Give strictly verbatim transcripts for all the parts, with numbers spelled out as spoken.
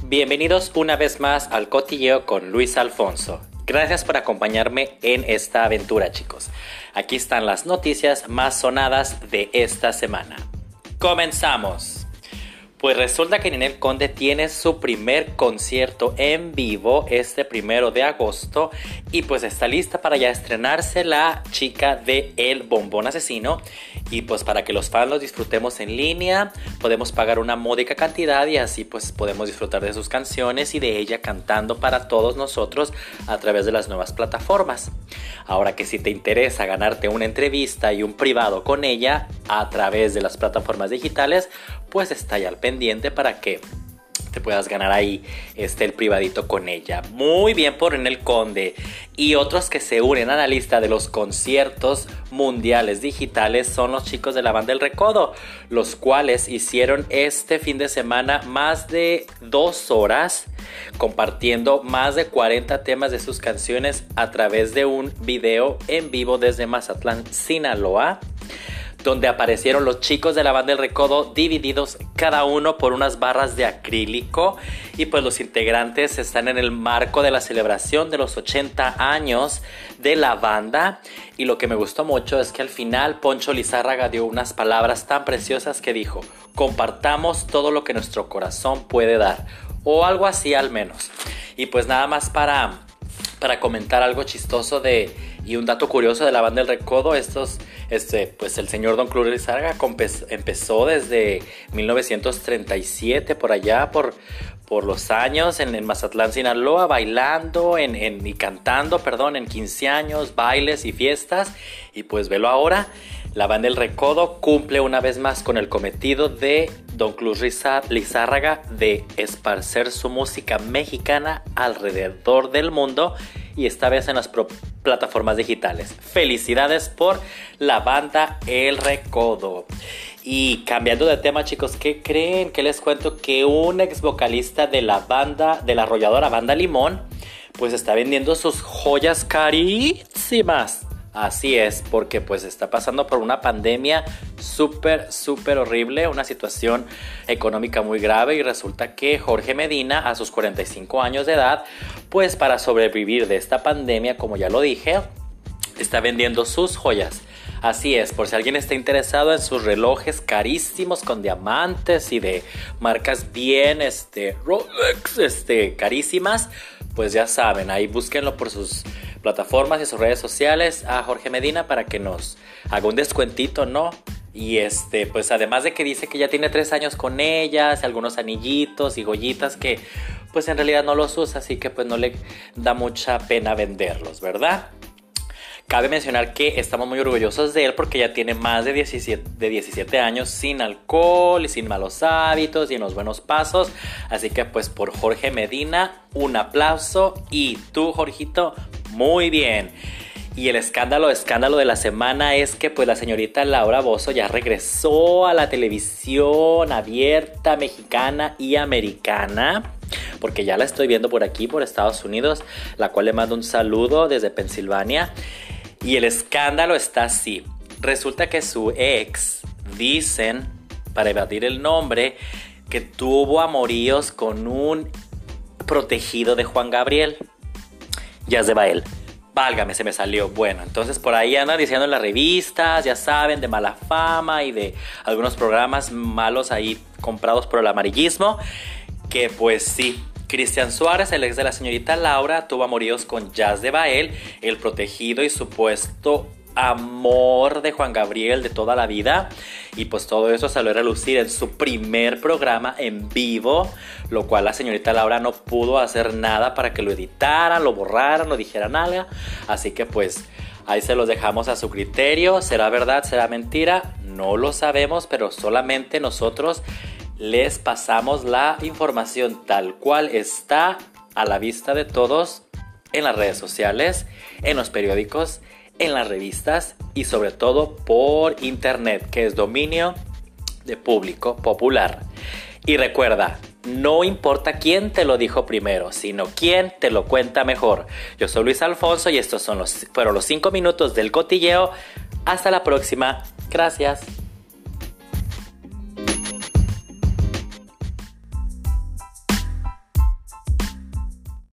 Bienvenidos una vez más al Cotilleo con Luis Alfonso. Gracias por acompañarme en esta aventura, chicos. Aquí están las noticias más sonadas de esta semana. ¡Comenzamos! Pues resulta que Ninel Conde tiene su primer concierto en vivo este primero de agosto y pues está lista para ya estrenarse la chica de El Bombón Asesino. Y pues para que los fans los disfrutemos en línea, podemos pagar una módica cantidad y así pues podemos disfrutar de sus canciones y de ella cantando para todos nosotros a través de las nuevas plataformas. Ahora que si te interesa ganarte una entrevista y un privado con ella a través de las plataformas digitales, pues está ya al pendiente para que te puedas ganar ahí este, el privadito con ella. Muy bien por Ninel Conde. Y otros que se unen a la lista de los conciertos mundiales digitales son los chicos de la banda El Recodo, los cuales hicieron este fin de semana más de dos horas compartiendo más de cuarenta temas de sus canciones a través de un video en vivo desde Mazatlán, Sinaloa, donde aparecieron los chicos de la banda El Recodo divididos cada uno por unas barras de acrílico y pues los integrantes están en el marco de la celebración de los ochenta años de la banda. Y lo que me gustó mucho es que al final Poncho Lizárraga dio unas palabras tan preciosas que dijo: compartamos todo lo que nuestro corazón puede dar, o algo así al menos. Y pues nada más para, para comentar algo chistoso de y un dato curioso de la banda El Recodo. Estos, este, pues el señor Don Cruz Lizárraga empezó desde mil novecientos treinta y siete, por allá, por, por los años, en, en Mazatlán, Sinaloa, bailando en, en, y cantando, perdón, en quince años, bailes y fiestas. Y pues velo ahora, la banda El Recodo cumple una vez más con el cometido de Don Cruz Lizárraga de esparcer su música mexicana alrededor del mundo, y esta vez en las pro- plataformas digitales. Felicidades por la banda El Recodo. Y cambiando de tema, chicos, ¿qué creen? Que les cuento que un ex vocalista de la banda, de la arrolladora Banda Limón, pues está vendiendo sus joyas carísimas. Así es, porque pues está pasando por una pandemia súper, súper horrible, una situación económica muy grave, y resulta que Jorge Medina, a sus cuarenta y cinco años de edad, pues para sobrevivir de esta pandemia, como ya lo dije, está vendiendo sus joyas. Así es, por si alguien está interesado en sus relojes carísimos con diamantes y de marcas bien, este, Rolex, este, carísimas, pues ya saben, ahí búsquenlo por sus plataformas y sus redes sociales a Jorge Medina para que nos haga un descuentito, ¿no? Y este, pues además de que dice que ya tiene tres años con ellas, algunos anillitos y joyitas que pues en realidad no los usa, así que pues no le da mucha pena venderlos, ¿verdad? Cabe mencionar que estamos muy orgullosos de él porque ya tiene más de diecisiete, de diecisiete años sin alcohol y sin malos hábitos y en los buenos pasos. Así que pues por Jorge Medina, un aplauso. Y tú, Jorgito, muy bien. Y el escándalo, escándalo de la semana es que pues la señorita Laura Bozzo ya regresó a la televisión abierta mexicana y americana, porque ya la estoy viendo por aquí, por Estados Unidos, la cual le mando un saludo desde Pensilvania. Y el escándalo está así. Resulta que su ex, dicen, para evadir el nombre, que tuvo amoríos con un protegido de Juan Gabriel, Jazz de Bael. Válgame, se me salió. Bueno, entonces por ahí andan diciendo en las revistas, ya saben, de mala fama y de algunos programas malos ahí comprados por el amarillismo, que pues sí, Cristian Suárez, el ex de la señorita Laura, tuvo amoríos con Jazz de Bael, el protegido y supuesto amor de Juan Gabriel de toda la vida. Y pues todo eso salió a relucir en su primer programa en vivo, lo cual la señorita Laura no pudo hacer nada para que lo editaran, lo borraran, lo dijeran nada. Así que pues ahí se los dejamos a su criterio. ¿Será verdad? ¿Será mentira? No lo sabemos, pero solamente nosotros les pasamos la información tal cual está a la vista de todos en las redes sociales, en los periódicos, en las revistas y sobre todo por internet, que es dominio de público popular. Y recuerda, no importa quién te lo dijo primero, sino quién te lo cuenta mejor. Yo soy Luis Alfonso y estos son los, fueron los cinco minutos del Cotilleo. Hasta la próxima. Gracias.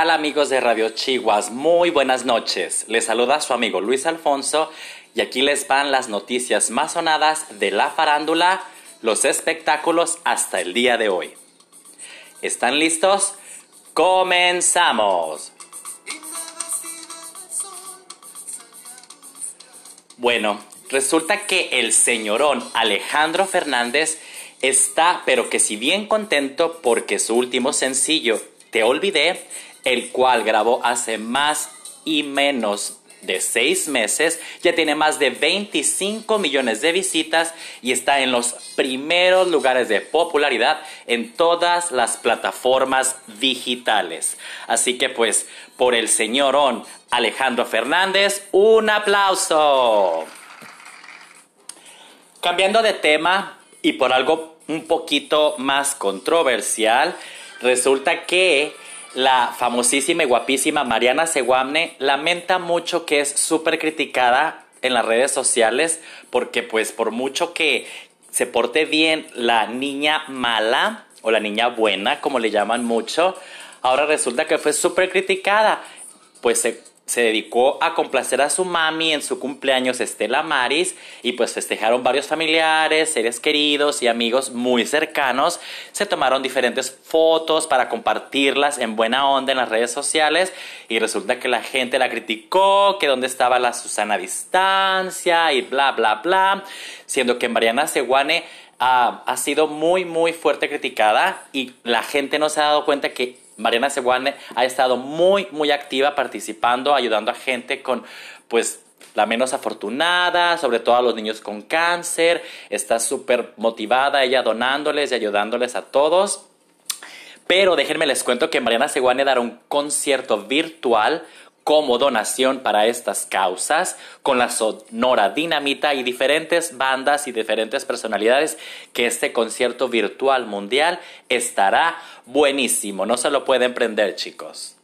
tal amigos de Radio Chihuas? Muy buenas noches. Les saluda su amigo Luis Alfonso y aquí les van las noticias más sonadas de la farándula, los espectáculos hasta el día de hoy. ¿Están listos? ¡Comenzamos! Bueno, resulta que el señorón Alejandro Fernández está, pero que si bien contento porque su último sencillo, Te Olvidé, el cual grabó hace más y menos de seis meses, ya tiene más de veinticinco millones de visitas y está en los primeros lugares de popularidad en todas las plataformas digitales. Así que pues, por el señorón Alejandro Fernández, un aplauso. Cambiando de tema y por algo un poquito más controversial, resulta que la famosísima y guapísima Mariana Seguamne lamenta mucho que es súper criticada en las redes sociales porque pues por mucho que se porte bien la niña mala o la niña buena, como le llaman mucho, ahora resulta que fue súper criticada. Pues se, se dedicó a complacer a su mami en su cumpleaños Estela Maris y pues festejaron varios familiares, seres queridos y amigos muy cercanos. Se tomaron diferentes fotos para compartirlas en buena onda en las redes sociales y resulta que la gente la criticó, que dónde estaba la Susana Distancia y bla bla bla, siendo que Mariana Seguane uh, ha sido muy muy fuerte criticada y la gente no se ha dado cuenta que Mariana Seguane ha estado muy, muy activa participando, ayudando a gente con, pues, la menos afortunada, sobre todo a los niños con cáncer. Está súper motivada ella donándoles y ayudándoles a todos. Pero déjenme les cuento que Mariana Seguane dará un concierto virtual como donación para estas causas, con la Sonora Dinamita y diferentes bandas y diferentes personalidades, que este concierto virtual mundial estará buenísimo. No se lo pueden perder, chicos.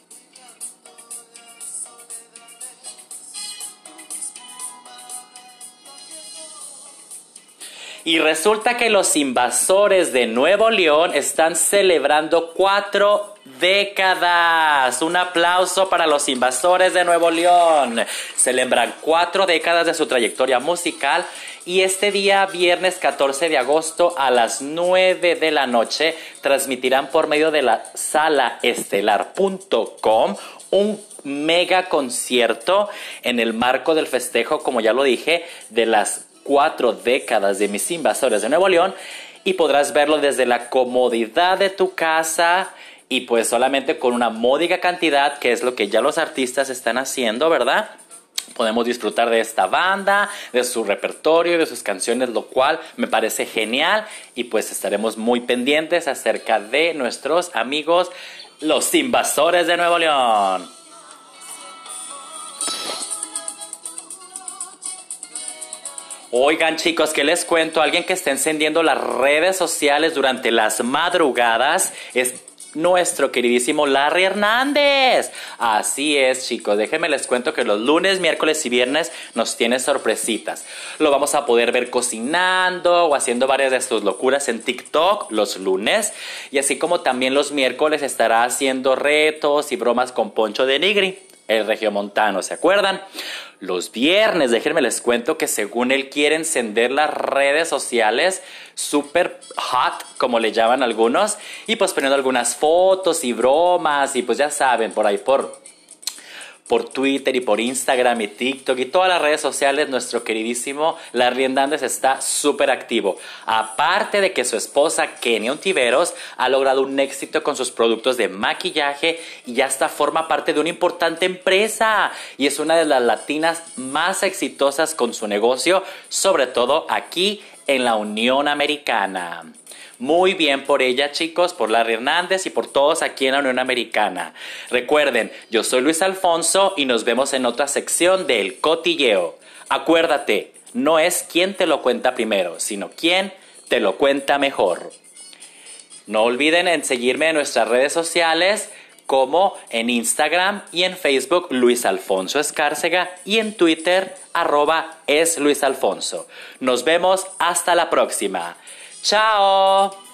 Y resulta que los Invasores de Nuevo León están celebrando cuatro décadas. Un aplauso para los Invasores de Nuevo León. Celebran cuatro décadas de su trayectoria musical y este día, viernes catorce de agosto a las nueve de la noche, transmitirán por medio de la sala estelar punto com un mega concierto en el marco del festejo, como ya lo dije, de las cuatro décadas de mis Invasores de Nuevo León, y podrás verlo desde la comodidad de tu casa y pues solamente con una módica cantidad, que es lo que ya los artistas están haciendo, ¿verdad? Podemos disfrutar de esta banda, de su repertorio, de sus canciones, lo cual me parece genial y pues estaremos muy pendientes acerca de nuestros amigos los Invasores de Nuevo León. Oigan, chicos, ¿qué les cuento? Alguien que está encendiendo las redes sociales durante las madrugadas es nuestro queridísimo Larry Hernández. Así es, chicos, déjenme les cuento que los lunes, miércoles y viernes nos tiene sorpresitas. Lo vamos a poder ver cocinando o haciendo varias de sus locuras en TikTok los lunes, y así como también los miércoles estará haciendo retos y bromas con Poncho de Nigri, el regiomontano, ¿se acuerdan? Los viernes, déjenme les cuento que según él quiere encender las redes sociales super hot, como le llaman algunos, y pues poniendo algunas fotos y bromas y pues ya saben, por ahí por... por Twitter y por Instagram y TikTok y todas las redes sociales, nuestro queridísimo Larry Hernández está súper activo. Aparte de que su esposa Kenia Ontiveros ha logrado un éxito con sus productos de maquillaje y ya hasta forma parte de una importante empresa y es una de las latinas más exitosas con su negocio, sobre todo aquí en la Unión Americana. Muy bien por ella, chicos, por Larry Hernández y por todos aquí en la Unión Americana. Recuerden, yo soy Luis Alfonso y nos vemos en otra sección del Cotilleo. Acuérdate, no es quién te lo cuenta primero, sino quién te lo cuenta mejor. No olviden en seguirme en nuestras redes sociales como en Instagram y en Facebook Luis Alfonso Escárcega y en Twitter arroba es Luis Alfonso. Nos vemos hasta la próxima. ¡Chao!